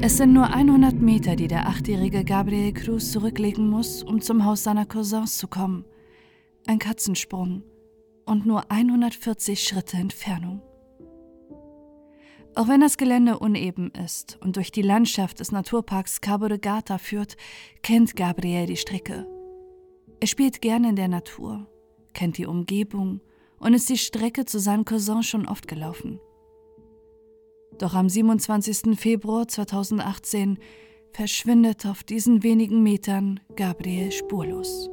Es sind nur 100 Meter, die der 8-jährige Gabriel Cruz zurücklegen muss, um zum Haus seiner Cousins zu kommen. Ein Katzensprung und nur 140 Schritte Entfernung. Auch wenn das Gelände uneben ist und durch die Landschaft des Naturparks Cabo de Gata führt, kennt Gabriel die Strecke. Er spielt gerne in der Natur, kennt die Umgebung und ist die Strecke zu seinem Cousin schon oft gelaufen. Doch am 27. Februar 2018 verschwindet auf diesen wenigen Metern Gabriel spurlos.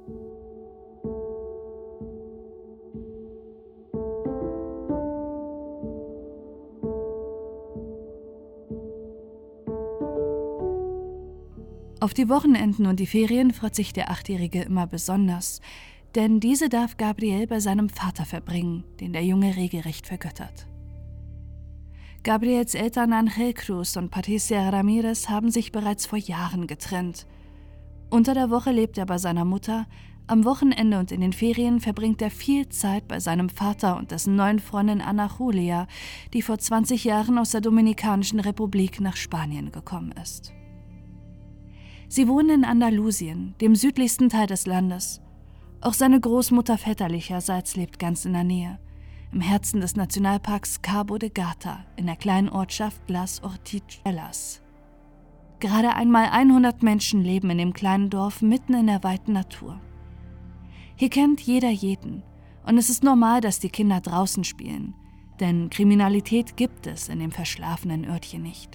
Auf die Wochenenden und die Ferien freut sich der 8-Jährige immer besonders, denn diese darf Gabriel bei seinem Vater verbringen, den der Junge regelrecht vergöttert. Gabriels Eltern Ángel Cruz und Patricia Ramírez haben sich bereits vor Jahren getrennt. Unter der Woche lebt er bei seiner Mutter, am Wochenende und in den Ferien verbringt er viel Zeit bei seinem Vater und dessen neuen Freundin Ana Julia, die vor 20 Jahren aus der Dominikanischen Republik nach Spanien gekommen ist. Sie wohnen in Andalusien, dem südlichsten Teil des Landes. Auch seine Großmutter väterlicherseits lebt ganz in der Nähe, im Herzen des Nationalparks Cabo de Gata, in der kleinen Ortschaft Las Ortichuelas. Gerade einmal 100 Menschen leben in dem kleinen Dorf mitten in der weiten Natur. Hier kennt jeder jeden und es ist normal, dass die Kinder draußen spielen, denn Kriminalität gibt es in dem verschlafenen Örtchen nicht.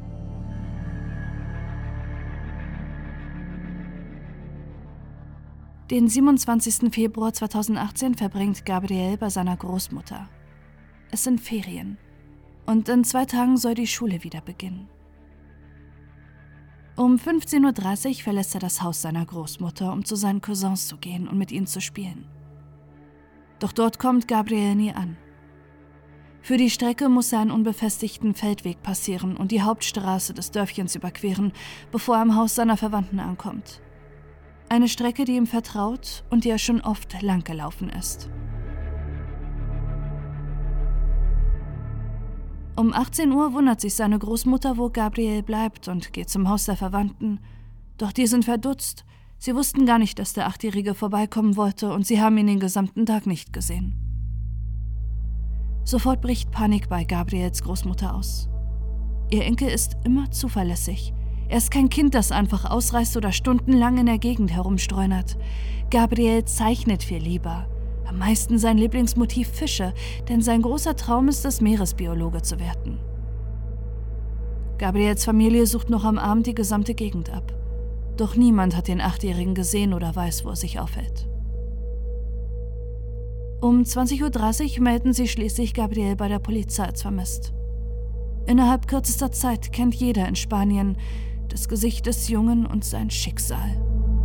Den 27. Februar 2018 verbringt Gabriel bei seiner Großmutter. Es sind Ferien und in 2 Tagen soll die Schule wieder beginnen. Um 15:30 Uhr verlässt er das Haus seiner Großmutter, um zu seinen Cousins zu gehen und mit ihnen zu spielen. Doch dort kommt Gabriel nie an. Für die Strecke muss er einen unbefestigten Feldweg passieren und die Hauptstraße des Dörfchens überqueren, bevor er am Haus seiner Verwandten ankommt. Eine Strecke, die ihm vertraut und die er schon oft lang gelaufen ist. Um 18 Uhr wundert sich seine Großmutter, wo Gabriel bleibt und geht zum Haus der Verwandten. Doch die sind verdutzt. Sie wussten gar nicht, dass der 8-Jährige vorbeikommen wollte und sie haben ihn den gesamten Tag nicht gesehen. Sofort bricht Panik bei Gabriels Großmutter aus. Ihr Enkel ist immer zuverlässig. Er ist kein Kind, das einfach ausreist oder stundenlang in der Gegend herumstreunert. Gabriel zeichnet viel lieber. Am meisten sein Lieblingsmotiv Fische, denn sein großer Traum ist es, Meeresbiologe zu werden. Gabriels Familie sucht noch am Abend die gesamte Gegend ab. Doch niemand hat den 8-Jährigen gesehen oder weiß, wo er sich aufhält. Um 20:30 Uhr melden sie schließlich Gabriel bei der Polizei als vermisst. Innerhalb kürzester Zeit kennt jeder in Spanien das Gesicht des Jungen und sein Schicksal.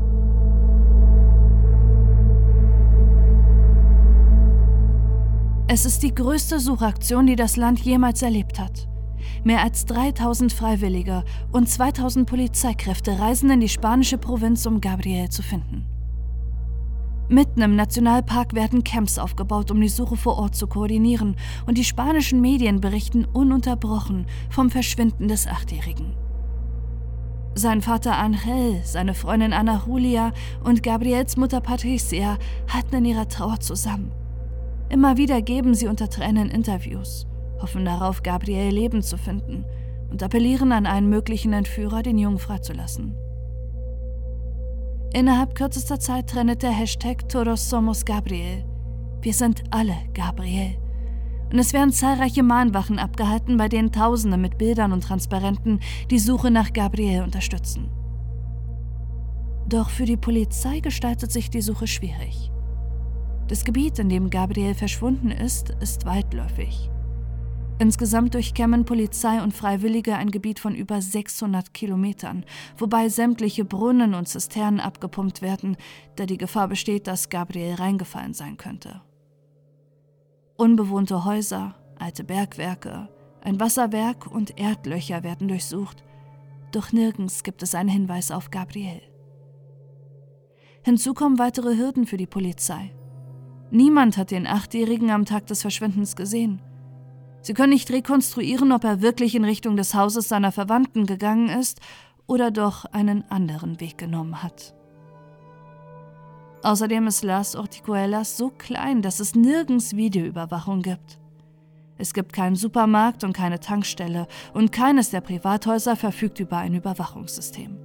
Es ist die größte Suchaktion, die das Land jemals erlebt hat. Mehr als 3000 Freiwillige und 2000 Polizeikräfte reisen in die spanische Provinz, um Gabriel zu finden. Mitten im Nationalpark werden Camps aufgebaut, um die Suche vor Ort zu koordinieren, und die spanischen Medien berichten ununterbrochen vom Verschwinden des 8-Jährigen. Sein Vater Ángel, seine Freundin Ana Julia und Gabriels Mutter Patricia halten in ihrer Trauer zusammen. Immer wieder geben sie unter Tränen Interviews, hoffen darauf, Gabriel lebend zu finden und appellieren an einen möglichen Entführer, den Jungen freizulassen. Innerhalb kürzester Zeit trendet der Hashtag Todos somos Gabriel. Wir sind alle Gabriel. Und es werden zahlreiche Mahnwachen abgehalten, bei denen Tausende mit Bildern und Transparenten die Suche nach Gabriel unterstützen. Doch für die Polizei gestaltet sich die Suche schwierig. Das Gebiet, in dem Gabriel verschwunden ist weitläufig. Insgesamt durchkämmen Polizei und Freiwillige ein Gebiet von über 600 Kilometern, wobei sämtliche Brunnen und Zisternen abgepumpt werden, da die Gefahr besteht, dass Gabriel reingefallen sein könnte. Unbewohnte Häuser, alte Bergwerke, ein Wasserwerk und Erdlöcher werden durchsucht, doch nirgends gibt es einen Hinweis auf Gabriel. Hinzu kommen weitere Hürden für die Polizei. Niemand hat den 8-Jährigen am Tag des Verschwindens gesehen. Sie können nicht rekonstruieren, ob er wirklich in Richtung des Hauses seiner Verwandten gegangen ist oder doch einen anderen Weg genommen hat. Außerdem ist Las Orticuelas so klein, dass es nirgends Videoüberwachung gibt. Es gibt keinen Supermarkt und keine Tankstelle und keines der Privathäuser verfügt über ein Überwachungssystem.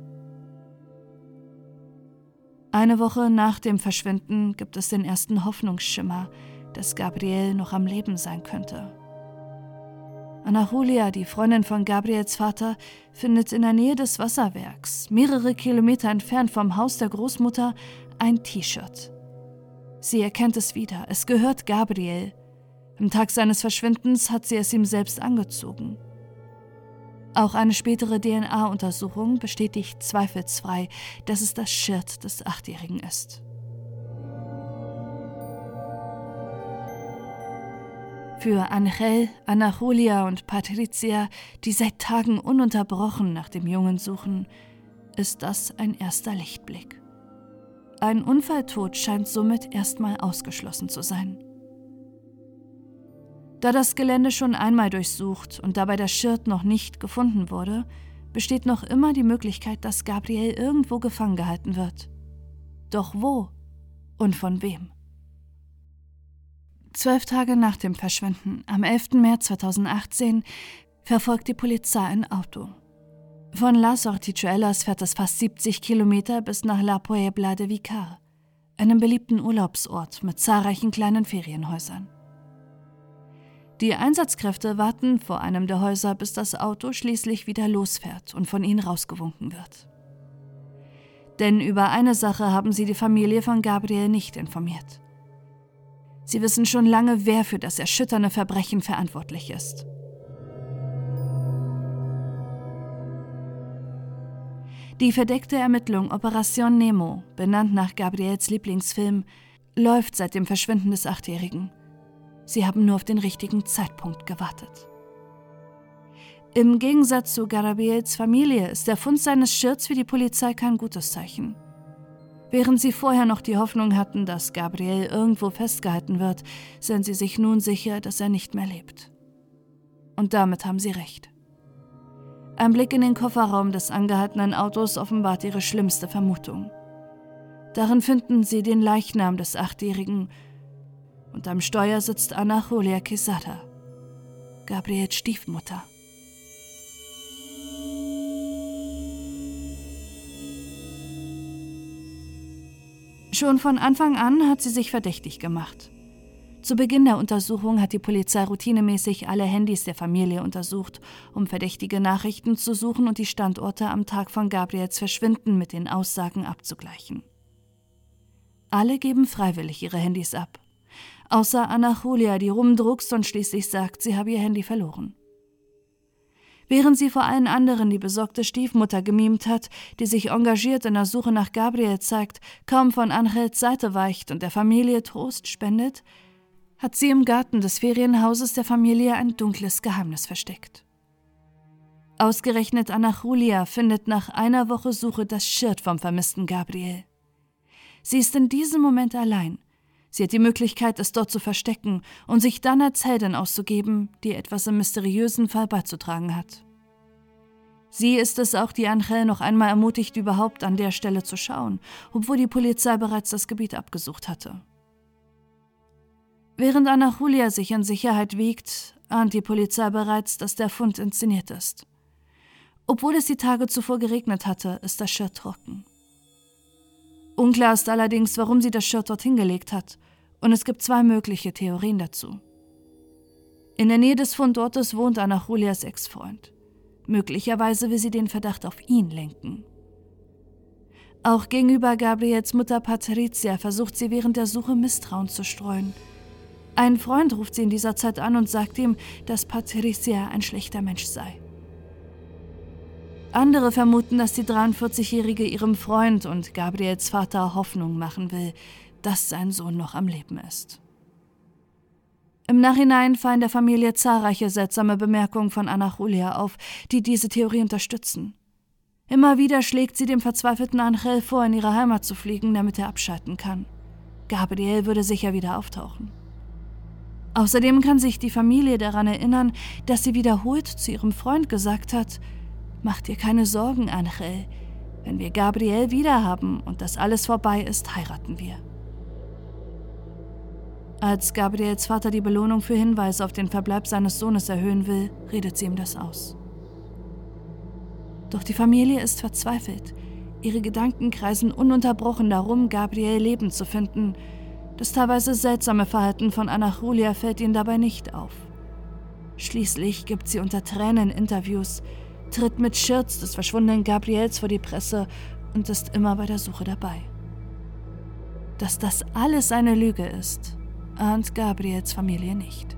Eine Woche nach dem Verschwinden gibt es den ersten Hoffnungsschimmer, dass Gabriel noch am Leben sein könnte. Ana Julia, die Freundin von Gabriels Vater, findet in der Nähe des Wasserwerks, mehrere Kilometer entfernt vom Haus der Großmutter, ein T-Shirt. Sie erkennt es wieder, es gehört Gabriel. Am Tag seines Verschwindens hat sie es ihm selbst angezogen. Auch eine spätere DNA-Untersuchung bestätigt zweifelsfrei, dass es das Shirt des 8-Jährigen ist. Für Angel, Ana Julia und Patricia, die seit Tagen ununterbrochen nach dem Jungen suchen, ist das ein erster Lichtblick. Ein Unfalltod scheint somit erstmal ausgeschlossen zu sein. Da das Gelände schon einmal durchsucht und dabei das Shirt noch nicht gefunden wurde, besteht noch immer die Möglichkeit, dass Gabriel irgendwo gefangen gehalten wird. Doch wo und von wem? 12 Tage nach dem Verschwinden, am 11. März 2018, verfolgt die Polizei ein Auto. Von Las Ortichuelas fährt es fast 70 Kilometer bis nach La Puebla de Vicar, einem beliebten Urlaubsort mit zahlreichen kleinen Ferienhäusern. Die Einsatzkräfte warten vor einem der Häuser, bis das Auto schließlich wieder losfährt und von ihnen rausgewunken wird. Denn über eine Sache haben sie die Familie von Gabriel nicht informiert. Sie wissen schon lange, wer für das erschütternde Verbrechen verantwortlich ist. Die verdeckte Ermittlung Operation Nemo, benannt nach Gabriels Lieblingsfilm, läuft seit dem Verschwinden des 8-Jährigen. Sie haben nur auf den richtigen Zeitpunkt gewartet. Im Gegensatz zu Gabriels Familie ist der Fund seines Shirts für die Polizei kein gutes Zeichen. Während sie vorher noch die Hoffnung hatten, dass Gabriel irgendwo festgehalten wird, sind sie sich nun sicher, dass er nicht mehr lebt. Und damit haben sie recht. Ein Blick in den Kofferraum des angehaltenen Autos offenbart ihre schlimmste Vermutung. Darin finden sie den Leichnam des 8-Jährigen und am Steuer sitzt Ana Julia Quesada, Gabriels Stiefmutter. Schon von Anfang an hat sie sich verdächtig gemacht. Zu Beginn der Untersuchung hat die Polizei routinemäßig alle Handys der Familie untersucht, um verdächtige Nachrichten zu suchen und die Standorte am Tag von Gabriels Verschwinden mit den Aussagen abzugleichen. Alle geben freiwillig ihre Handys ab. Außer Ana Julia, die rumdruckst und schließlich sagt, sie habe ihr Handy verloren. Während sie vor allen anderen die besorgte Stiefmutter gemimt hat, die sich engagiert in der Suche nach Gabriel zeigt, kaum von Angels Seite weicht und der Familie Trost spendet, hat sie im Garten des Ferienhauses der Familie ein dunkles Geheimnis versteckt. Ausgerechnet Ana Julia findet nach einer Woche Suche das Shirt vom vermissten Gabriel. Sie ist in diesem Moment allein. Sie hat die Möglichkeit, es dort zu verstecken und sich dann als Heldin auszugeben, die etwas im mysteriösen Fall beizutragen hat. Sie ist es auch, die Angel noch einmal ermutigt, überhaupt an der Stelle zu schauen, obwohl die Polizei bereits das Gebiet abgesucht hatte. Während Ana Julia sich in Sicherheit wiegt, ahnt die Polizei bereits, dass der Fund inszeniert ist. Obwohl es die Tage zuvor geregnet hatte, ist das Shirt trocken. Unklar ist allerdings, warum sie das Shirt dorthin gelegt hat, und es gibt 2 mögliche Theorien dazu. In der Nähe des Fundortes wohnt Ana Julias Ex-Freund. Möglicherweise will sie den Verdacht auf ihn lenken. Auch gegenüber Gabriels Mutter Patricia versucht sie während der Suche Misstrauen zu streuen. Ein Freund ruft sie in dieser Zeit an und sagt ihm, dass Patricia ein schlechter Mensch sei. Andere vermuten, dass die 43-Jährige ihrem Freund und Gabriels Vater Hoffnung machen will, dass sein Sohn noch am Leben ist. Im Nachhinein fallen der Familie zahlreiche seltsame Bemerkungen von Ana Julia auf, die diese Theorie unterstützen. Immer wieder schlägt sie dem verzweifelten Angel vor, in ihre Heimat zu fliegen, damit er abschalten kann. Gabriel würde sicher wieder auftauchen. Außerdem kann sich die Familie daran erinnern, dass sie wiederholt zu ihrem Freund gesagt hat: »Mach dir keine Sorgen, Angel. Wenn wir Gabriel wiederhaben und das alles vorbei ist, heiraten wir.« Als Gabriels Vater die Belohnung für Hinweise auf den Verbleib seines Sohnes erhöhen will, redet sie ihm das aus. Doch die Familie ist verzweifelt. Ihre Gedanken kreisen ununterbrochen darum, Gabriel lebend zu finden. Das teilweise seltsame Verhalten von Ana Julia fällt ihnen dabei nicht auf. Schließlich gibt sie unter Tränen Interviews, tritt mit Shirts des verschwundenen Gabriels vor die Presse und ist immer bei der Suche dabei. Dass das alles eine Lüge ist, ahnt Gabriels Familie nicht.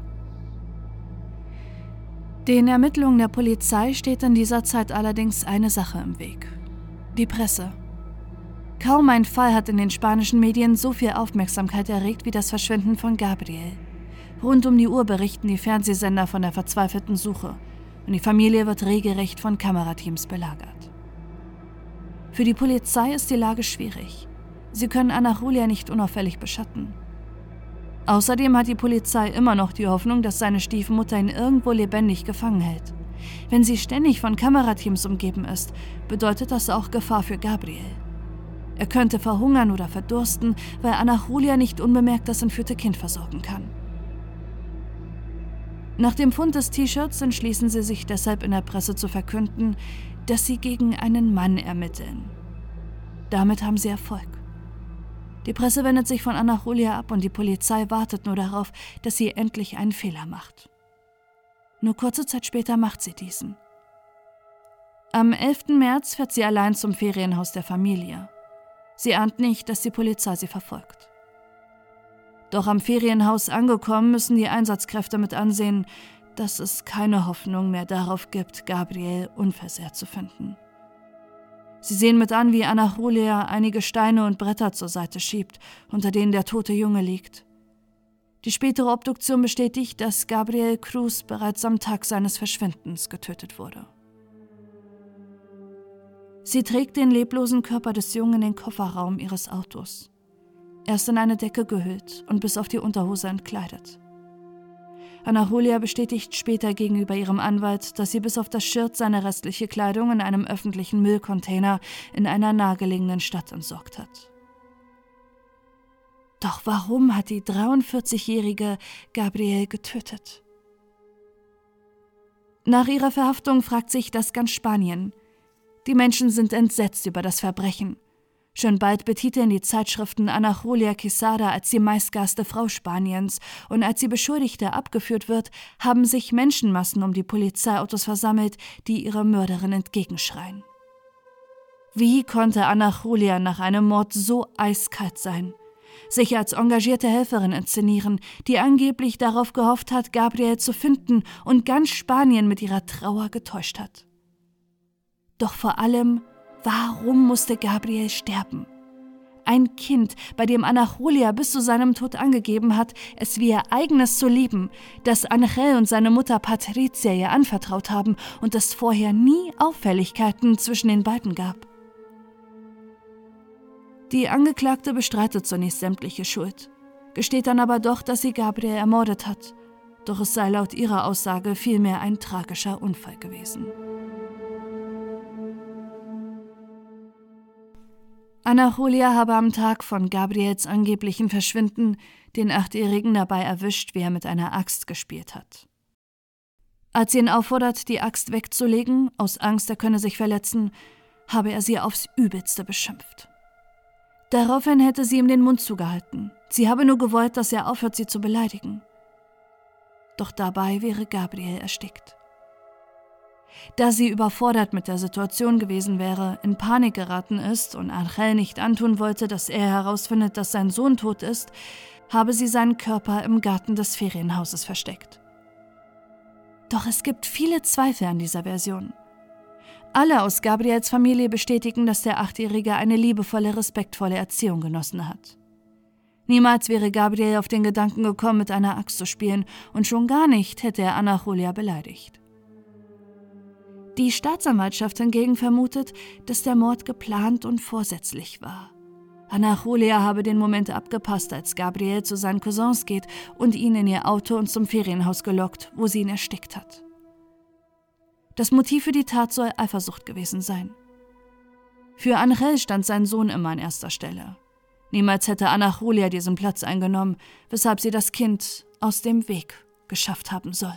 Den Ermittlungen der Polizei steht in dieser Zeit allerdings eine Sache im Weg: die Presse. Kaum ein Fall hat in den spanischen Medien so viel Aufmerksamkeit erregt wie das Verschwinden von Gabriel. Rund um die Uhr berichten die Fernsehsender von der verzweifelten Suche und die Familie wird regelrecht von Kamerateams belagert. Für die Polizei ist die Lage schwierig. Sie können Ana Julia nicht unauffällig beschatten. Außerdem hat die Polizei immer noch die Hoffnung, dass seine Stiefmutter ihn irgendwo lebendig gefangen hält. Wenn sie ständig von Kamerateams umgeben ist, bedeutet das auch Gefahr für Gabriel. Er könnte verhungern oder verdursten, weil Ana Julia nicht unbemerkt das entführte Kind versorgen kann. Nach dem Fund des T-Shirts entschließen sie sich deshalb in der Presse zu verkünden, dass sie gegen einen Mann ermitteln. Damit haben sie Erfolg. Die Presse wendet sich von Ana Julia ab und die Polizei wartet nur darauf, dass sie endlich einen Fehler macht. Nur kurze Zeit später macht sie diesen. Am 11. März fährt sie allein zum Ferienhaus der Familie. Sie ahnt nicht, dass die Polizei sie verfolgt. Doch am Ferienhaus angekommen, müssen die Einsatzkräfte mit ansehen, dass es keine Hoffnung mehr darauf gibt, Gabriel unversehrt zu finden. Sie sehen mit an, wie Ana Julia einige Steine und Bretter zur Seite schiebt, unter denen der tote Junge liegt. Die spätere Obduktion bestätigt, dass Gabriel Cruz bereits am Tag seines Verschwindens getötet wurde. Sie trägt den leblosen Körper des Jungen in den Kofferraum ihres Autos. Er ist in eine Decke gehüllt und bis auf die Unterhose entkleidet. Ana Julia bestätigt später gegenüber ihrem Anwalt, dass sie bis auf das Shirt seine restliche Kleidung in einem öffentlichen Müllcontainer in einer nahegelegenen Stadt entsorgt hat. Doch warum hat die 43-jährige Gabriel getötet? Nach ihrer Verhaftung fragt sich das ganz Spanien. Die Menschen sind entsetzt über das Verbrechen. Schon bald betiteln die Zeitschriften Ana Julia Quesada als die meistgehasste Frau Spaniens und als die Beschuldigte abgeführt wird, haben sich Menschenmassen um die Polizeiautos versammelt, die ihre Mörderin entgegenschreien. Wie konnte Ana Julia nach einem Mord so eiskalt sein? Sich als engagierte Helferin inszenieren, die angeblich darauf gehofft hat, Gabriel zu finden und ganz Spanien mit ihrer Trauer getäuscht hat. Doch vor allem, warum musste Gabriel sterben? Ein Kind, bei dem Ana Julia bis zu seinem Tod angegeben hat, es wie ihr eigenes zu lieben, das Angel und seine Mutter Patricia ihr anvertraut haben und es vorher nie Auffälligkeiten zwischen den beiden gab. Die Angeklagte bestreitet zunächst sämtliche Schuld, gesteht dann aber doch, dass sie Gabriel ermordet hat. Doch es sei laut ihrer Aussage vielmehr ein tragischer Unfall gewesen. Ana Julia habe am Tag von Gabriels angeblichen Verschwinden den 8-Jährigen dabei erwischt, wie er mit einer Axt gespielt hat. Als sie ihn auffordert, die Axt wegzulegen, aus Angst, er könne sich verletzen, habe er sie aufs Übelste beschimpft. Daraufhin hätte sie ihm den Mund zugehalten. Sie habe nur gewollt, dass er aufhört, sie zu beleidigen. Doch dabei wäre Gabriel erstickt. Da sie überfordert mit der Situation gewesen wäre, in Panik geraten ist und Angel nicht antun wollte, dass er herausfindet, dass sein Sohn tot ist, habe sie seinen Körper im Garten des Ferienhauses versteckt. Doch es gibt viele Zweifel an dieser Version. Alle aus Gabriels Familie bestätigen, dass der 8-Jährige eine liebevolle, respektvolle Erziehung genossen hat. Niemals wäre Gabriel auf den Gedanken gekommen, mit einer Axt zu spielen, und schon gar nicht hätte er Ana Julia beleidigt. Die Staatsanwaltschaft hingegen vermutet, dass der Mord geplant und vorsätzlich war. Ana Julia habe den Moment abgepasst, als Gabriel zu seinen Cousins geht und ihn in ihr Auto und zum Ferienhaus gelockt, wo sie ihn erstickt hat. Das Motiv für die Tat soll Eifersucht gewesen sein. Für Ángel stand sein Sohn immer an erster Stelle. Niemals hätte Ana Julia diesen Platz eingenommen, weshalb sie das Kind aus dem Weg geschafft haben soll.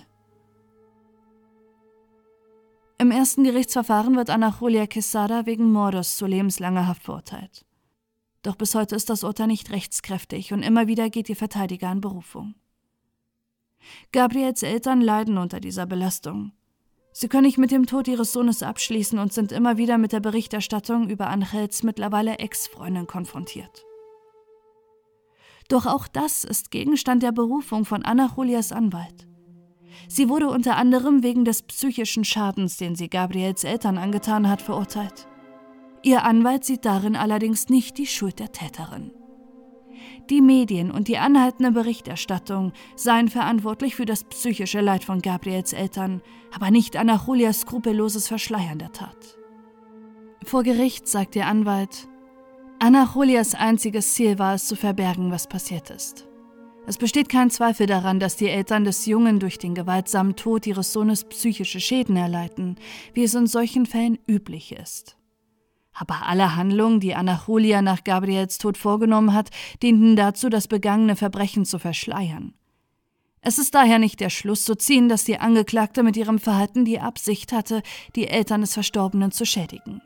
Im ersten Gerichtsverfahren wird Ana Julia Quesada wegen Mordes zu lebenslanger Haft verurteilt. Doch bis heute ist das Urteil nicht rechtskräftig und immer wieder geht ihr Verteidiger in Berufung. Gabriels Eltern leiden unter dieser Belastung. Sie können nicht mit dem Tod ihres Sohnes abschließen und sind immer wieder mit der Berichterstattung über Ángels mittlerweile Ex-Freundin konfrontiert. Doch auch das ist Gegenstand der Berufung von Ana Julias Anwalt. Sie wurde unter anderem wegen des psychischen Schadens, den sie Gabriels Eltern angetan hat, verurteilt. Ihr Anwalt sieht darin allerdings nicht die Schuld der Täterin. Die Medien und die anhaltende Berichterstattung seien verantwortlich für das psychische Leid von Gabriels Eltern, aber nicht Ana Julias skrupelloses Verschleiern der Tat. Vor Gericht sagt ihr Anwalt: Ana Julias einziges Ziel war es, zu verbergen, was passiert ist. Es besteht kein Zweifel daran, dass die Eltern des Jungen durch den gewaltsamen Tod ihres Sohnes psychische Schäden erleiden, wie es in solchen Fällen üblich ist. Aber alle Handlungen, die Ana Julia nach Gabriels Tod vorgenommen hat, dienten dazu, das begangene Verbrechen zu verschleiern. Es ist daher nicht der Schluss zu ziehen, dass die Angeklagte mit ihrem Verhalten die Absicht hatte, die Eltern des Verstorbenen zu schädigen.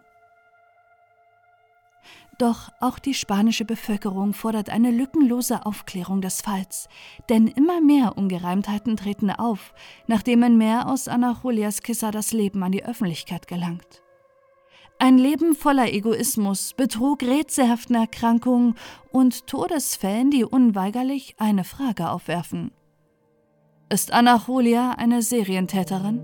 Doch auch die spanische Bevölkerung fordert eine lückenlose Aufklärung des Falls, denn immer mehr Ungereimtheiten treten auf, nachdem in mehr aus Ana Julias Quesadas Leben an die Öffentlichkeit gelangt. Ein Leben voller Egoismus, Betrug, rätselhaften Erkrankungen und Todesfällen, die unweigerlich eine Frage aufwerfen. Ist Ana Julia eine Serientäterin?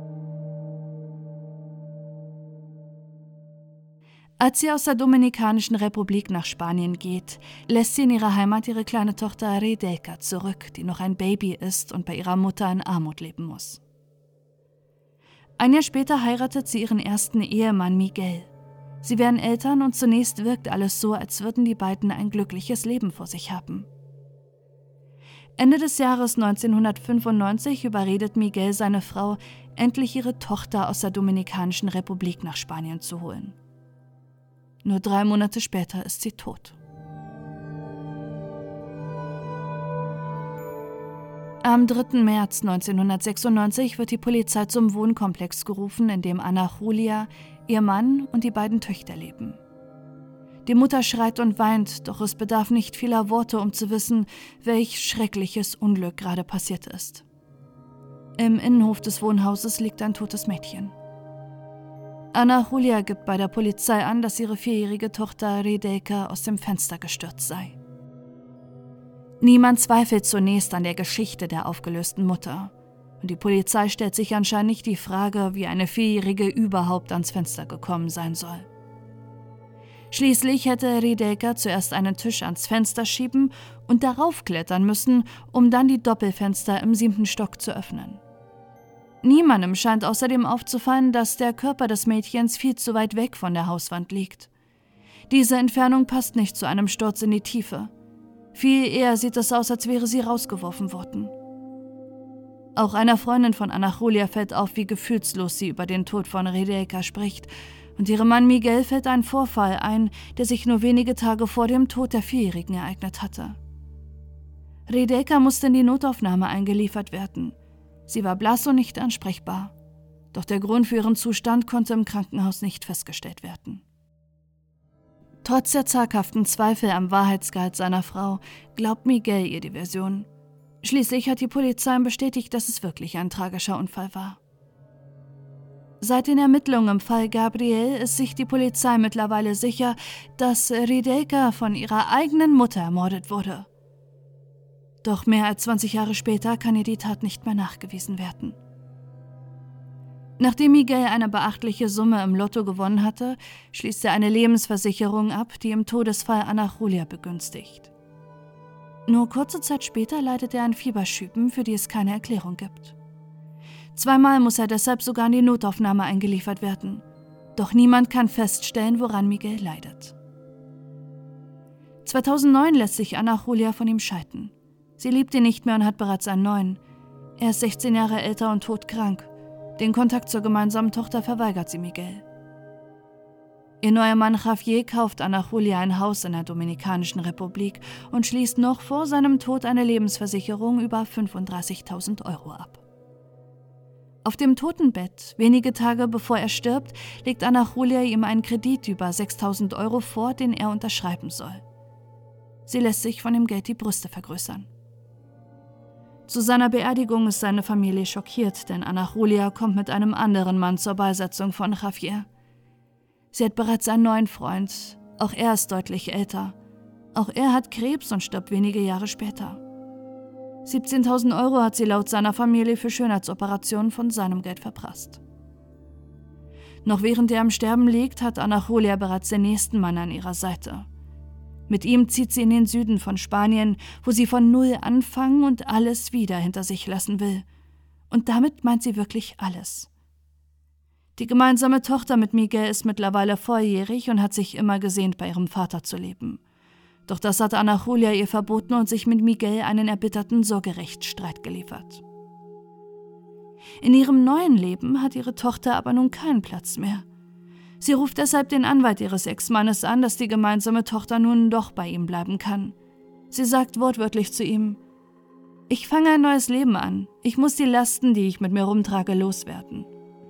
Als sie aus der Dominikanischen Republik nach Spanien geht, lässt sie in ihrer Heimat ihre kleine Tochter Redelka zurück, die noch ein Baby ist und bei ihrer Mutter in Armut leben muss. Ein Jahr später heiratet sie ihren ersten Ehemann Miguel. Sie werden Eltern und zunächst wirkt alles so, als würden die beiden ein glückliches Leben vor sich haben. Ende des Jahres 1995 überredet Miguel seine Frau, endlich ihre Tochter aus der Dominikanischen Republik nach Spanien zu holen. Nur 3 Monate später ist sie tot. Am 3. März 1996 wird die Polizei zum Wohnkomplex gerufen, in dem Ana Julia, ihr Mann und die beiden Töchter leben. Die Mutter schreit und weint, doch es bedarf nicht vieler Worte, um zu wissen, welch schreckliches Unglück gerade passiert ist. Im Innenhof des Wohnhauses liegt ein totes Mädchen. Ana Julia gibt bei der Polizei an, dass ihre 4-jährige Tochter Redelka aus dem Fenster gestürzt sei. Niemand zweifelt zunächst an der Geschichte der aufgelösten Mutter. Und die Polizei stellt sich anscheinend nicht die Frage, wie eine 4-Jährige überhaupt ans Fenster gekommen sein soll. Schließlich hätte Redelka zuerst einen Tisch ans Fenster schieben und darauf klettern müssen, um dann die Doppelfenster im 7. Stock zu öffnen. Niemandem scheint außerdem aufzufallen, dass der Körper des Mädchens viel zu weit weg von der Hauswand liegt. Diese Entfernung passt nicht zu einem Sturz in die Tiefe. Viel eher sieht es aus, als wäre sie rausgeworfen worden. Auch einer Freundin von Ana Julia fällt auf, wie gefühlslos sie über den Tod von Redelka spricht, und ihrem Mann Miguel fällt ein Vorfall ein, der sich nur wenige Tage vor dem Tod der 4-Jährigen ereignet hatte. Redelka musste in die Notaufnahme eingeliefert werden. Sie war blass und nicht ansprechbar, doch der Grund für ihren Zustand konnte im Krankenhaus nicht festgestellt werden. Trotz der zaghaften Zweifel am Wahrheitsgehalt seiner Frau glaubt Miguel ihr die Version. Schließlich hat die Polizei bestätigt, dass es wirklich ein tragischer Unfall war. Seit den Ermittlungen im Fall Gabriel ist sich die Polizei mittlerweile sicher, dass Redelka von ihrer eigenen Mutter ermordet wurde. Doch mehr als 20 Jahre später kann ihr die Tat nicht mehr nachgewiesen werden. Nachdem Miguel eine beachtliche Summe im Lotto gewonnen hatte, schließt er eine Lebensversicherung ab, die im Todesfall Ana Julia begünstigt. Nur kurze Zeit später leidet er an Fieberschüben, für die es keine Erklärung gibt. 2-mal muss er deshalb sogar in die Notaufnahme eingeliefert werden. Doch niemand kann feststellen, woran Miguel leidet. 2009 lässt sich Ana Julia von ihm scheiden. Sie liebt ihn nicht mehr und hat bereits einen neuen. Er ist 16 Jahre älter und todkrank. Den Kontakt zur gemeinsamen Tochter verweigert sie Miguel. Ihr neuer Mann Javier kauft Ana Julia ein Haus in der Dominikanischen Republik und schließt noch vor seinem Tod eine Lebensversicherung über 35.000 € ab. Auf dem Totenbett, wenige Tage bevor er stirbt, legt Ana Julia ihm einen Kredit über 6.000 € vor, den er unterschreiben soll. Sie lässt sich von dem Geld die Brüste vergrößern. Zu seiner Beerdigung ist seine Familie schockiert, denn Ana Julia kommt mit einem anderen Mann zur Beisetzung von Javier. Sie hat bereits einen neuen Freund, auch er ist deutlich älter. Auch er hat Krebs und stirbt wenige Jahre später. 17.000 € hat sie laut seiner Familie für Schönheitsoperationen von seinem Geld verprasst. Noch während er am Sterben liegt, hat Ana Julia bereits den nächsten Mann an ihrer Seite. Mit ihm zieht sie in den Süden von Spanien, wo sie von Null anfangen und alles wieder hinter sich lassen will. Und damit meint sie wirklich alles. Die gemeinsame Tochter mit Miguel ist mittlerweile volljährig und hat sich immer gesehnt, bei ihrem Vater zu leben. Doch das hat Ana Julia ihr verboten und sich mit Miguel einen erbitterten Sorgerechtsstreit geliefert. In ihrem neuen Leben hat ihre Tochter aber nun keinen Platz mehr. Sie ruft deshalb den Anwalt ihres Ex-Mannes an, dass die gemeinsame Tochter nun doch bei ihm bleiben kann. Sie sagt wortwörtlich zu ihm: „Ich fange ein neues Leben an. Ich muss die Lasten, die ich mit mir rumtrage, loswerden."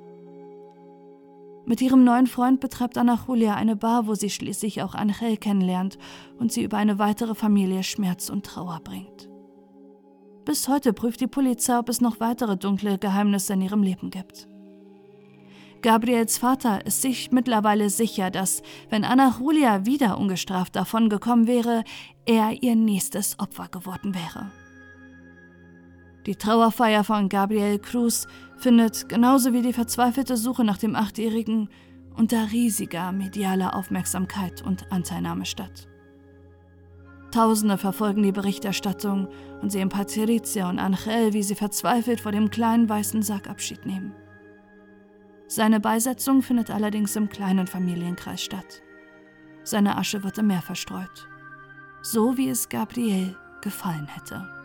Mit ihrem neuen Freund betreibt Ana Julia eine Bar, wo sie schließlich auch Angel kennenlernt und sie über eine weitere Familie Schmerz und Trauer bringt. Bis heute prüft die Polizei, ob es noch weitere dunkle Geheimnisse in ihrem Leben gibt. Gabriels Vater ist sich mittlerweile sicher, dass, wenn Ana Julia wieder ungestraft davongekommen wäre, er ihr nächstes Opfer geworden wäre. Die Trauerfeier von Gabriel Cruz findet, genauso wie die verzweifelte Suche nach dem Achtjährigen, unter riesiger medialer Aufmerksamkeit und Anteilnahme statt. Tausende verfolgen die Berichterstattung und sehen Patricia und Angel, wie sie verzweifelt vor dem kleinen weißen Sarg Abschied nehmen. Seine Beisetzung findet allerdings im kleinen Familienkreis statt. Seine Asche wird im Meer verstreut, so wie es Gabriel gefallen hätte.